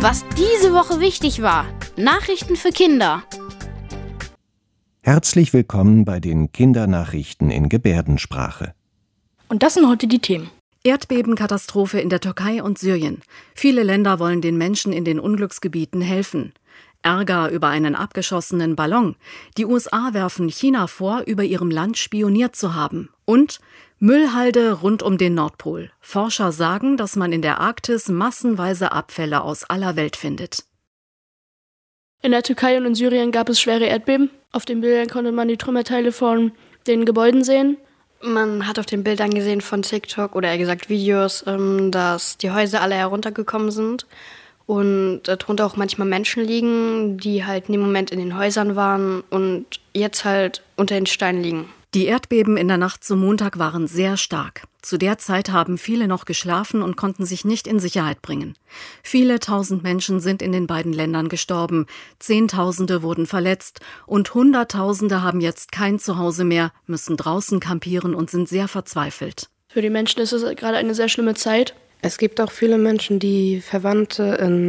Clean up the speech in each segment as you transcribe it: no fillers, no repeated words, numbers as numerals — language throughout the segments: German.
Was diese Woche wichtig war. Nachrichten für Kinder. Herzlich willkommen bei den Kindernachrichten in Gebärdensprache. Und das sind heute die Themen. Erdbebenkatastrophe in der Türkei und Syrien. Viele Länder wollen den Menschen in den Unglücksgebieten helfen. Ärger über einen abgeschossenen Ballon. Die USA werfen China vor, über ihrem Land spioniert zu haben. Und Müllhalde rund um den Nordpol. Forscher sagen, dass man in der Arktis massenweise Abfälle aus aller Welt findet. In der Türkei und in Syrien gab es schwere Erdbeben. Auf den Bildern konnte man die Trümmerteile von den Gebäuden sehen. Man hat auf den Bildern gesehen von TikTok oder eher gesagt Videos, dass die Häuser alle heruntergekommen sind und darunter auch manchmal Menschen liegen, die halt in dem Moment in den Häusern waren und jetzt halt unter den Steinen liegen. Die Erdbeben in der Nacht zum Montag waren sehr stark. Zu der Zeit haben viele noch geschlafen und konnten sich nicht in Sicherheit bringen. Viele tausend Menschen sind in den beiden Ländern gestorben, Zehntausende wurden verletzt und Hunderttausende haben jetzt kein Zuhause mehr, müssen draußen kampieren und sind sehr verzweifelt. Für die Menschen ist es gerade eine sehr schlimme Zeit. Es gibt auch viele Menschen, die Verwandte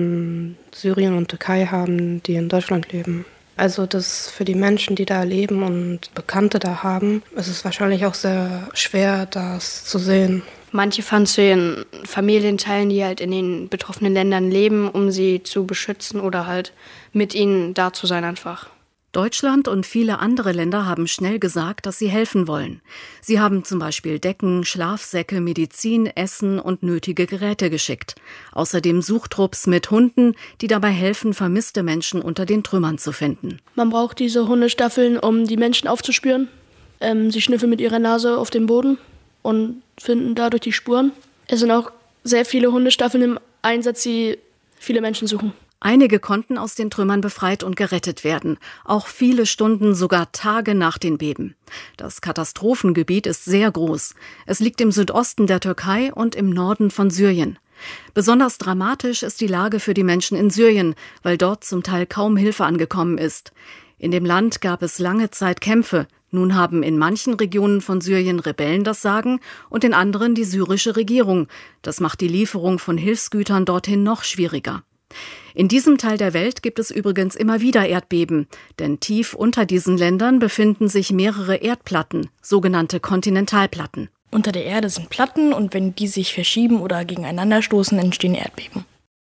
in Syrien und Türkei haben, die in Deutschland leben. Also das für die Menschen, die da leben und Bekannte da haben, ist es wahrscheinlich auch sehr schwer, das zu sehen. Manche fahren zu ihren Familienteilen, die halt in den betroffenen Ländern leben, um sie zu beschützen oder halt mit ihnen da zu sein einfach. Deutschland und viele andere Länder haben schnell gesagt, dass sie helfen wollen. Sie haben zum Beispiel Decken, Schlafsäcke, Medizin, Essen und nötige Geräte geschickt. Außerdem Suchtrupps mit Hunden, die dabei helfen, vermisste Menschen unter den Trümmern zu finden. Man braucht diese Hundestaffeln, um die Menschen aufzuspüren. Sie schnüffeln mit ihrer Nase auf den Boden und finden dadurch die Spuren. Es sind auch sehr viele Hundestaffeln im Einsatz, die viele Menschen suchen. Einige konnten aus den Trümmern befreit und gerettet werden, auch viele Stunden, sogar Tage nach den Beben. Das Katastrophengebiet ist sehr groß. Es liegt im Südosten der Türkei und im Norden von Syrien. Besonders dramatisch ist die Lage für die Menschen in Syrien, weil dort zum Teil kaum Hilfe angekommen ist. In dem Land gab es lange Zeit Kämpfe. Nun haben in manchen Regionen von Syrien Rebellen das Sagen und in anderen die syrische Regierung. Das macht die Lieferung von Hilfsgütern dorthin noch schwieriger. In diesem Teil der Welt gibt es übrigens immer wieder Erdbeben, denn tief unter diesen Ländern befinden sich mehrere Erdplatten, sogenannte Kontinentalplatten. Unter der Erde sind Platten und wenn die sich verschieben oder gegeneinander stoßen, entstehen Erdbeben.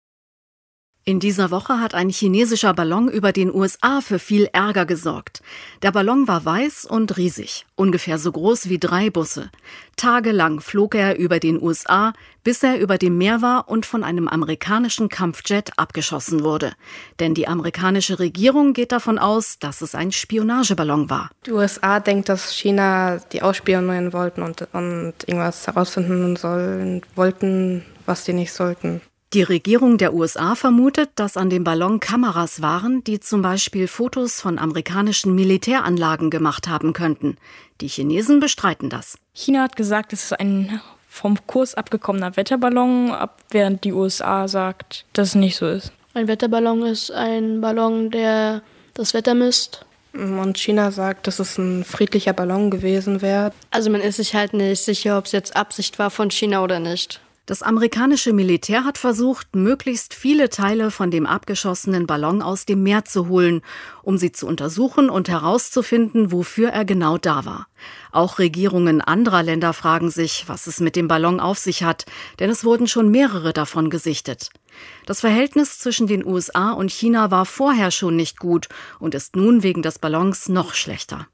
In dieser Woche hat ein chinesischer Ballon über den USA für viel Ärger gesorgt. Der Ballon war weiß und riesig, ungefähr so groß wie 3 Busse. Tagelang flog er über den USA, bis er über dem Meer war und von einem amerikanischen Kampfjet abgeschossen wurde. Denn die amerikanische Regierung geht davon aus, dass es ein Spionageballon war. Die USA denkt, dass China die ausspionieren wollten und irgendwas herausfinden wollten, was die nicht sollten. Die Regierung der USA vermutet, dass an dem Ballon Kameras waren, die zum Beispiel Fotos von amerikanischen Militäranlagen gemacht haben könnten. Die Chinesen bestreiten das. China hat gesagt, es ist ein vom Kurs abgekommener Wetterballon, während die USA sagt, dass es nicht so ist. Ein Wetterballon ist ein Ballon, der das Wetter misst. Und China sagt, dass es ein friedlicher Ballon gewesen wäre. Also man ist sich halt nicht sicher, ob es jetzt Absicht war von China oder nicht. Das amerikanische Militär hat versucht, möglichst viele Teile von dem abgeschossenen Ballon aus dem Meer zu holen, um sie zu untersuchen und herauszufinden, wofür er genau da war. Auch Regierungen anderer Länder fragen sich, was es mit dem Ballon auf sich hat, denn es wurden schon mehrere davon gesichtet. Das Verhältnis zwischen den USA und China war vorher schon nicht gut und ist nun wegen des Ballons noch schlechter.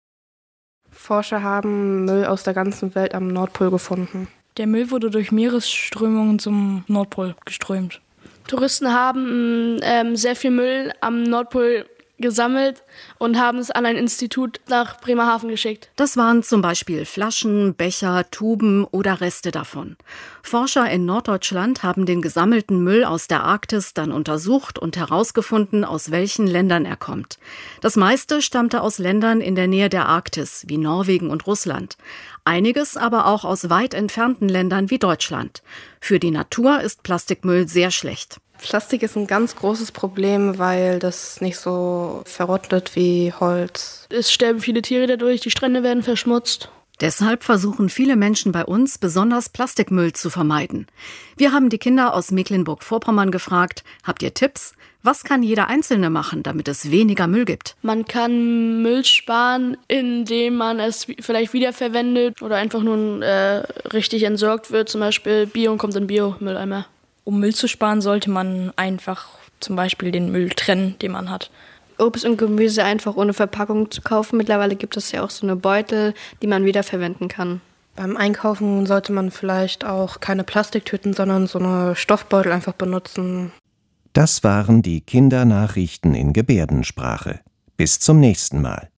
Forscher haben Müll aus der ganzen Welt am Nordpol gefunden. Der Müll wurde durch Meeresströmungen zum Nordpol geströmt. Touristen haben sehr viel Müll am Nordpol gesammelt und haben es an ein Institut nach Bremerhaven geschickt. Das waren zum Beispiel Flaschen, Becher, Tuben oder Reste davon. Forscher in Norddeutschland haben den gesammelten Müll aus der Arktis dann untersucht und herausgefunden, aus welchen Ländern er kommt. Das meiste stammte aus Ländern in der Nähe der Arktis, wie Norwegen und Russland. Einiges aber auch aus weit entfernten Ländern wie Deutschland. Für die Natur ist Plastikmüll sehr schlecht. Plastik ist ein ganz großes Problem, weil das nicht so verrottet wie Holz. Es sterben viele Tiere dadurch, die Strände werden verschmutzt. Deshalb versuchen viele Menschen bei uns, besonders Plastikmüll zu vermeiden. Wir haben die Kinder aus Mecklenburg-Vorpommern gefragt, habt ihr Tipps? Was kann jeder Einzelne machen, damit es weniger Müll gibt? Man kann Müll sparen, indem man es vielleicht wiederverwendet oder einfach nur richtig entsorgt wird. Zum Beispiel Bio und kommt in Biomülleimer. Um Müll zu sparen, sollte man einfach zum Beispiel den Müll trennen, den man hat. Obst und Gemüse einfach ohne Verpackung zu kaufen. Mittlerweile gibt es ja auch so eine Beutel, die man wiederverwenden kann. Beim Einkaufen sollte man vielleicht auch keine Plastiktüten, sondern so eine Stoffbeutel einfach benutzen. Das waren die Kindernachrichten in Gebärdensprache. Bis zum nächsten Mal.